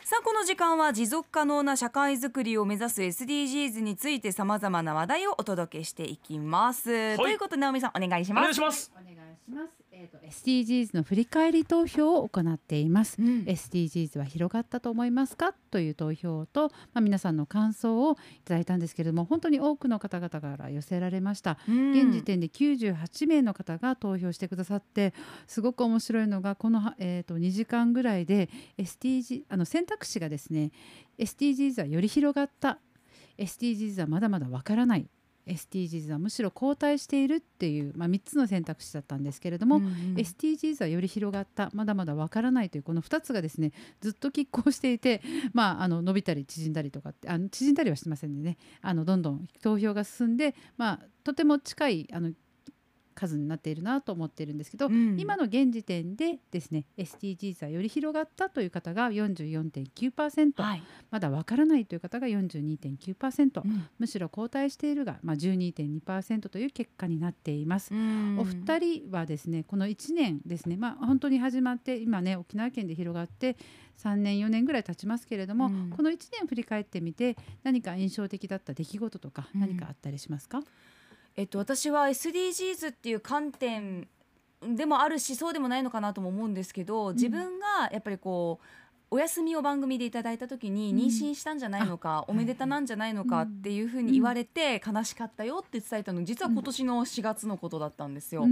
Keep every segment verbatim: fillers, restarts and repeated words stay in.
さあこの時間は持続可能な社会づくりを目指す エスディージーズ についてさまざまな話題をお届けしていきます、はい、ということで直美さんお願いします。 お願いします。 お願いします。えーと、エスディージーズ の振り返り投票を行っています、うん、エスディージーズ は広がったと思いますかという投票と、まあ、皆さんの感想をいただいたんですけれども、本当に多くの方々から寄せられました、うん、現時点できゅうじゅうはちめいの方が投票してくださって、すごく面白いのがこの、えーと、にじかんぐらいで エスディージー あの選択肢がですね、 エスディージーズ はより広がった、 エスディージーズ はまだまだわからない、エスディージーズ はむしろ後退しているっていう、まあ、みっつの選択肢だったんですけれども、うんうん、エスディージーズ はより広がった、まだまだわからないというこのふたつがですねずっと拮抗していて、まあ、あの伸びたり縮んだりとかってあの縮んだりはしてませんでね、あのどんどん投票が進んで、まあ、とても近いあの数になっているなと思っているんですけど、うん、今の現時点でですね エスディージーズ はより広がったという方が よんじゅうよんてんきゅうパーセント、はい、まだわからないという方が よんじゅうにてんきゅうパーセント、うん、むしろ後退しているが、まあ、じゅうにてんにパーセント という結果になっています。お二人はですねこのいちねんですね、まあ、本当に始まって今ね沖縄県で広がってさんねんよねんぐらい経ちますけれども、うん、このいちねん振り返ってみて何か印象的だった出来事とか何かあったりしますか？うんえっと、私は エスディージーズ っていう観点でもあるしそうでもないのかなとも思うんですけど、自分がやっぱりこうお休みを番組でいただいた時に妊娠したんじゃないのか、うん、おめでたなんじゃないのかっていうふうに言われて悲しかったよって伝えたの実は今年のしがつのことだったんですよ、うん、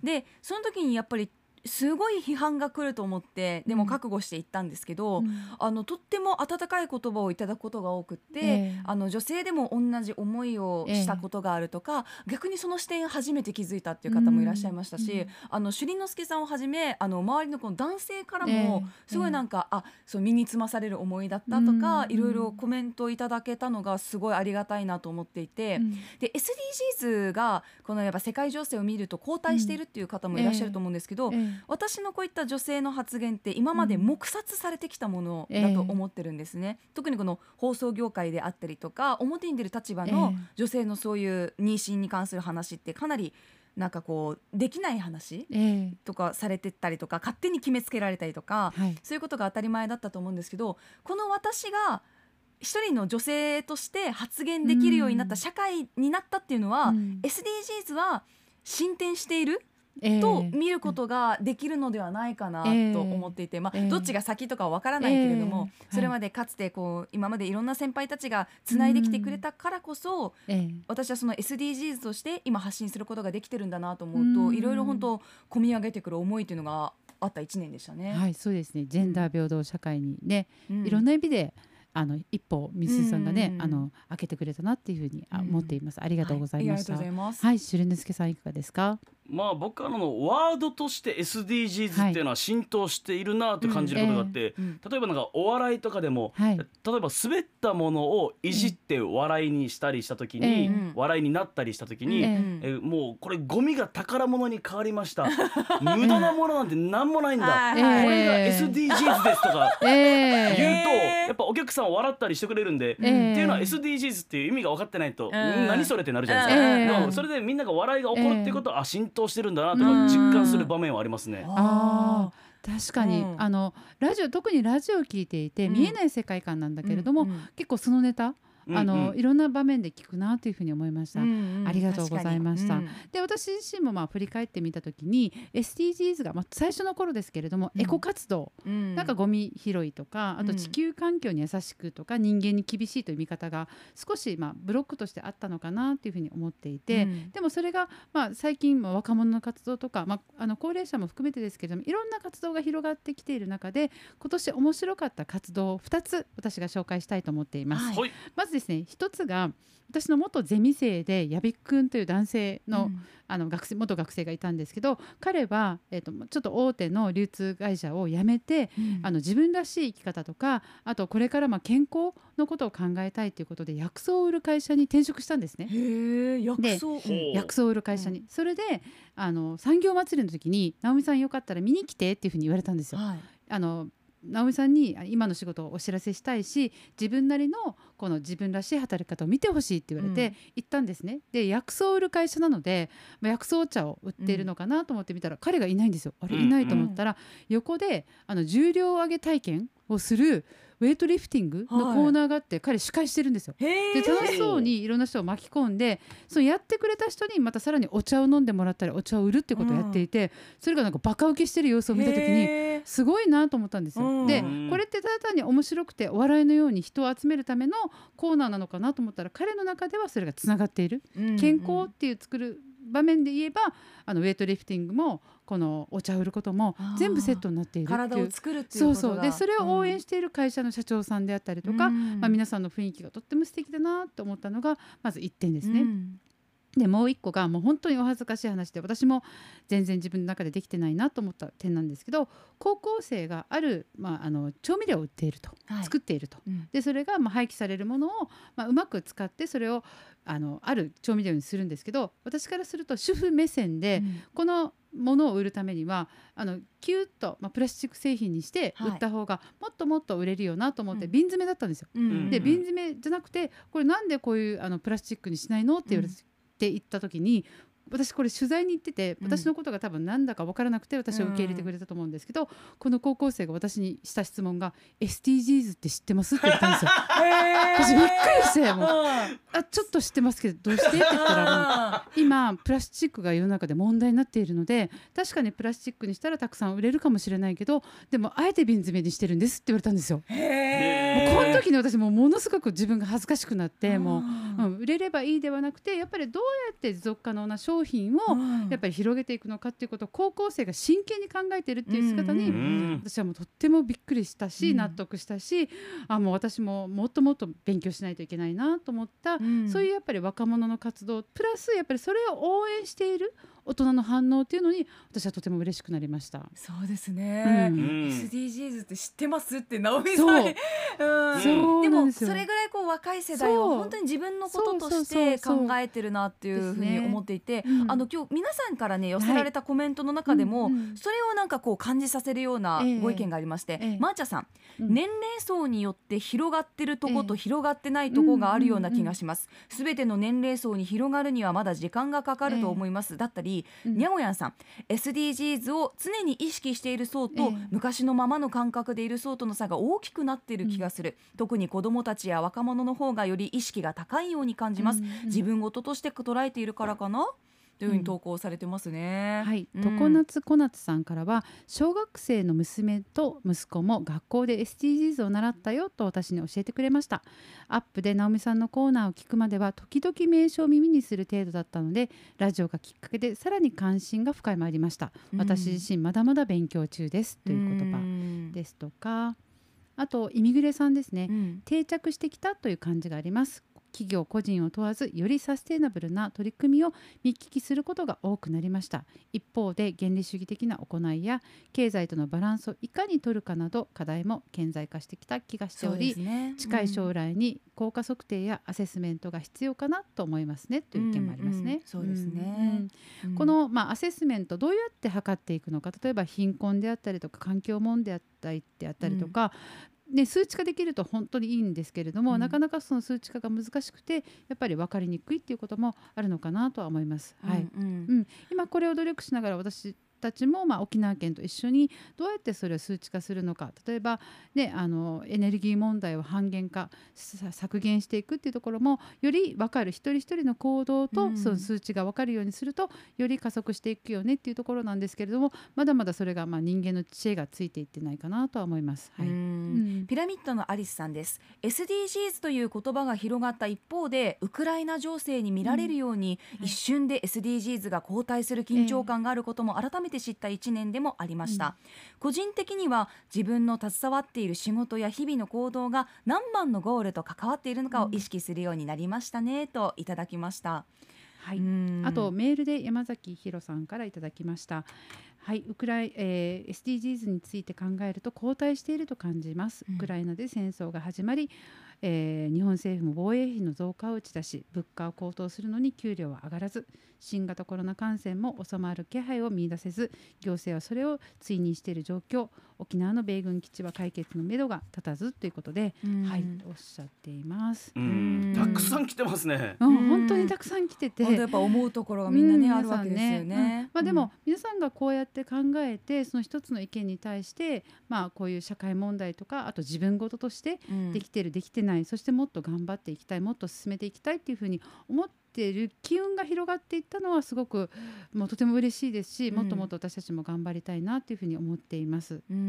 でその時にやっぱりすごい批判が来ると思ってでも覚悟していったんですけど、うん、あのとっても温かい言葉をいただくことが多くって、えー、あの女性でも同じ思いをしたことがあるとか、えー、逆にその視点初めて気づいたっていう方もいらっしゃいましたし、うん、あの朱里之助さんをはじめあの周りのこの男性からもすごいなんか、えー、あそう身につまされる思いだったとか、うん、いろいろコメントをいただけたのがすごいありがたいなと思っていて、うん、で エスディージーズ がこのやっぱ世界情勢を見ると後退しているっていう方もいらっしゃると思うんですけど、うんえーえー私のこういった女性の発言って今まで黙殺されてきたものだと思ってるんですね、えー、特にこの放送業界であったりとか表に出る立場の女性のそういう妊娠に関する話ってかなりなんかこうできない話とかされてたりとか勝手に決めつけられたりとか、はい、そういうことが当たり前だったと思うんですけど、この私が一人の女性として発言できるようになった社会になったっていうのは、うん、エスディージーズ は進展しているえー、と見ることができるのではないかなと思っていて、まあ、どっちが先とかは分からないけれども、えー、それまでかつてこう今までいろんな先輩たちがつないできてくれたからこそ、えー、私はその エスディージーズ として今発信することができてるんだなと思うと、いろいろ本当込み上げてくる思いというのがあったいちねんでしたね。 はい、そうですね。ジェンダー平等社会にね、うん、いろんな意味であの一歩みすずさんがね、うん、あの開けてくれたなっていうふうに思っています、うん、ありがとうございました。はい、ありがとうございます。はい、朱里之助さんいかがですか？ まあ僕はあのワードとして エスディージーズ っていうのは浸透しているなと感じることがあって、はいうんえー、例えばなんかお笑いとかでも、はい、例えば滑ったものをいじって笑いにしたりした時に、えー、笑いになったりした時に、えーえー、もうこれゴミが宝物に変わりました無駄なものなんて何もないんだ、えー、これが エスディージーズ ですとか言うと、えー、やっぱお客さん笑ったりしてくれるんで、えー、っていうのは エスディージーズ っていう意味が分かってないと、えー、何それってなるじゃないですか、えー、でもそれでみんなが笑いが起こるっていうことは、えー、あ浸透してるんだなとか実感する場面はありますね。 あ確かに、うん、あのラジオ特にラジオを聞いていて、うん、見えない世界観なんだけれども、うんうん、結構そのネタあのうんうん、いろんな場面で聞くなというふうに思いました、うんうん、ありがとうございました、うん、で私自身もまあ振り返ってみたときに エスディージーズ が、まあ、最初の頃ですけれども、うん、エコ活動、うん、なんかゴミ拾いとかあと地球環境に優しくとか人間に厳しいという見方が少しまあブロックとしてあったのかなというふうに思っていて、うん、でもそれがまあ最近まあ若者の活動とか、まあ、あの高齢者も含めてですけれどもいろんな活動が広がってきている中で今年面白かった活動をふたつ私が紹介したいと思っています、はい、まずですね一つが私の元ゼミ生で矢部くんという男性 の,、うん、あの学生元学生がいたんですけど彼は、えー、とちょっと大手の流通会社を辞めて、うん、あの自分らしい生き方とかあとこれからまあ健康のことを考えたいということで薬草を売る会社に転職したんですね。 へー薬草、 で薬草を売る会社に、うん、それであの産業祭りの時に直美さんよかったら見に来てっていうふうに言われたんですよ、はい、あの直美さんに今の仕事をお知らせしたいし自分なりのこの自分らしい働き方を見てほしいって言われて行ったんですね、うん、で薬草を売る会社なので、まあ、薬草茶を売っているのかなと思ってみたら、うん、彼がいないんですよ。あれいないと思ったら、うん、横であの重量上げ体験をするウェイトリフティングのコーナーがあって、はい、彼司会してるんですよ。で楽しそうにいろんな人を巻き込んで、そのやってくれた人にまたさらにお茶を飲んでもらったりお茶を売るってことをやっていて、うん、それがなんかバカ受けしてる様子を見た時にすごいなと思ったんですよ、うん、でこれってただ単に面白くてお笑いのように人を集めるためのコーナーなのかなと思ったら、彼の中ではそれがつながっている、うんうん、健康っていう作る場面で言えばあのウェイトリフティングもこのお茶を売ることも全部セットになっているっていう、 体を作るっていうことがそうそうでそれを応援している会社の社長さんであったりとか、うんまあ、皆さんの雰囲気がとっても素敵だなと思ったのがまずいってんですね、うんでもう一個がもう本当にお恥ずかしい話で、私も全然自分の中でできてないなと思った点なんですけど、高校生がある、まあ、あの調味料を売っていると、はい、作っていると、うん、でそれがまあ廃棄されるものを、まあ、うまく使ってそれをあのある調味料にするんですけど、私からすると主婦目線で、うん、このものを売るためにはあのキュッと、まあ、プラスチック製品にして売った方がもっともっと売れるよなと思って、はい、瓶詰めだったんですよ、うん、で瓶詰めじゃなくてこれなんでこういうあのプラスチックにしないのって言われて、うんって言った時に、私これ取材に行ってて、私のことが多分なんだか分からなくて私を受け入れてくれたと思うんですけど、うん、この高校生が私にした質問が エスディージーズ って知ってますって言ったんですよ私びっくりしてもうあちょっと知ってますけどどうしてって言ったら、もう今プラスチックが世の中で問題になっているので、確かにプラスチックにしたらたくさん売れるかもしれないけど、でもあえて瓶詰めにしてるんですって言われたんですよ。へもうこの時に私もものすごく自分が恥ずかしくなって、もう、うん、売れればいいではなくて、やっぱりどうやって持続可能な商品をやっぱり広げていくのかっていうことを高校生が真剣に考えているっていう姿に、うん、私はもうとってもびっくりしたし、うん、納得したし、あもう私ももっともっと勉強しないといけないなと思った、うん、そういうやっぱり若者の活動プラスやっぱりそれを応援している大人の反応っていうのに私はとても嬉しくなりました。 そうですね、うん、エスディージーズ って知ってますって直美さん、うん、 そうでもそれぐらいこう若い世代は本当に自分のこととして考えてるなっていうふうに思っていて、あの今日皆さんからね寄せられたコメントの中でも、はいうんうん、それをなんかこう感じさせるようなご意見がありまして、えーえー、マーチャさん、うん、年齢層によって広がってるとこと広がってないとこがあるような気がします。すべての年齢層に広がるにはまだ時間がかかると思います、えー、だったり、うん、にゃごやんさん エスディージーズ を常に意識している層と、えー、昔のままの感覚でいる層との差が大きくなっている気がする、うん、特に子どもたちや若者の方がより意識が高いように感じます、うんうん、自分事として捉えているからかなというふうに投稿されてますね、 うんはいうん、常夏小夏さんからは、小学生の娘と息子も学校で エスディージーズ を習ったよと私に教えてくれました。アップで直美さんのコーナーを聞くまでは時々名称を耳にする程度だったので、ラジオがきっかけでさらに関心が深まりました、うん、私自身まだまだ勉強中ですという言葉ですとか、あとイミグレさんですね、うん、定着してきたという感じがあります。企業個人を問わずよりサステナブルな取り組みを見聞きすることが多くなりました。一方で原理主義的な行いや経済とのバランスをいかに取るかなど課題も顕在化してきた気がしており、ねうん、近い将来に効果測定やアセスメントが必要かなと思いますねという意見もありますね、うんうん、 そうですね、 うん、この、まあ、アセスメントどうやって測っていくのか、例えば貧困であったりとか環境問題であったりとか、うんで数値化できると本当にいいんですけれども、うん、なかなかその数値化が難しくてやっぱり分かりにくいっていうこともあるのかなとは思います、はいうんうんうん、今これを努力しながら私たちもまあ沖縄県と一緒にどうやってそれを数値化するのか、例えば、ね、あのエネルギー問題を半減化削減していくっていうところもより分かる、一人一人の行動とその数値が分かるようにするとより加速していくよねっていうところなんですけれども、まだまだそれがまあ人間の知恵がついていってないかなとは思います、はいうん、 ピラミッドのアリスさんです。 エスディージーズ という言葉が広がった一方でウクライナ情勢に見られるように、うん、一瞬で エスディージーズ が後退する緊張感があることも改めて知ったいちねんでもありました、うん、個人的には自分の携わっている仕事や日々の行動が何番のゴールと関わっているのかを意識するようになりましたね、うん、といただきました。 はい、あとメールで山崎弘さんからいただきました。はい、ウクライ、えー、エスディージーズ について考えると後退していると感じます、うん、ウクライナで戦争が始まり、 えー、日本政府も防衛費の増加を打ち出し、物価は高騰するのに給料は上がらず、新型コロナ感染も収まる気配を見出せず、行政はそれを追認している状況、沖縄の米軍基地は解決のめどが立たずということで、はい、おっしゃっています。 うん、たくさん来てますね。 うん、本当にたくさん来てて、 やっぱ思うところがみんなね、あるわけですよね。 ね、うん、まあ、でも皆さんがこうやって考えて、その一つの意見に対して、まあ、こういう社会問題とか、あと自分事としてできてる、できてない、そしてもっと頑張っていきたい、もっと進めていきたいっていうふうに思ってている機運が広がっていったのはすごくもうとても嬉しいですし、うん、もっともっと私たちも頑張りたいなというふうに思っています。 うん、うん、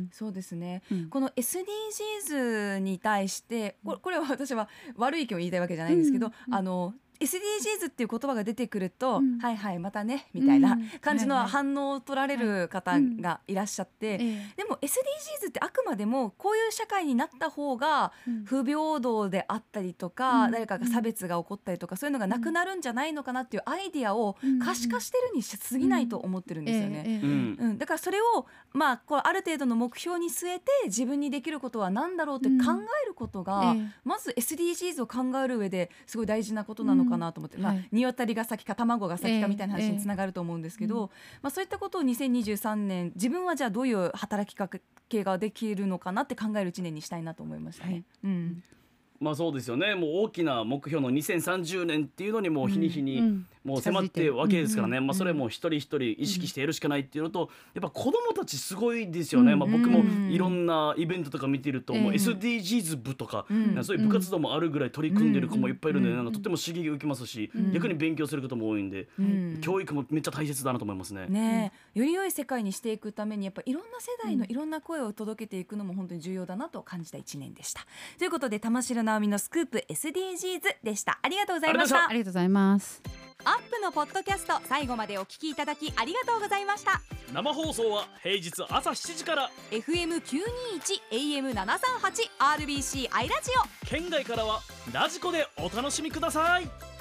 そうですね、うん、この エスディージーズ に対してこれ、これは私は悪い意見を言いたいわけじゃないんですけど、うんうん、あのエスディージーズ っていう言葉が出てくると、うん、はいはいまたねみたいな感じの反応を取られる方がいらっしゃって、はいはい、でも エスディージーズ ってあくまでもこういう社会になった方が不平等であったりとか、うん、誰かが差別が起こったりとかそういうのがなくなるんじゃないのかなっていうアイディアを可視化してるにしすぎないと思ってるんですよね、うんうん、だからそれを、まあ、こうある程度の目標に据えて自分にできることは何だろうって考えることが、うん、まず エスディージーズ を考える上ですごい大事なことなのかなと思って、うん、まあ、鶏が先か卵が先かみたいな話につながると思うんですけど、えーえーまあ、そういったことをにせんにじゅうさんねん自分はじゃあどういう働きかけができるのかなって考えるいちねんにしたいなと思いましたね、はい、うん、 まあそうですよね。もう大きな目標のにせんさんじゅうねんっていうのにもう日に日にもう迫ってるわけですからね、まあそれも一人一人意識してやるしかないっていうのと、やっぱ子どもたちすごいですよね。まあ僕もいろんなイベントとか見てるともう エスディージーズ 部とかそういう部活動もあるぐらい取り組んでる子もいっぱいいるので、なんかとても刺激を受けますし、逆に勉強することも多いんで、教育もめっちゃ大切だなと思いますね。 ねえ、より良い世界にしていくためにやっぱいろんな世代のいろんな声を届けていくのも本当に重要だなと感じたいちねんでした。ということで玉城直美のスクープ エスディージーズ でした。ありがとうございました。 ありがとうございます。 アップのポッドキャスト最後までお聞きいただきありがとうございました。 生放送は平日朝しちじからエフエムきゅうにいち エーエムななさんはち アールビーシー アイラジオ、 県外からはラジコでお楽しみください。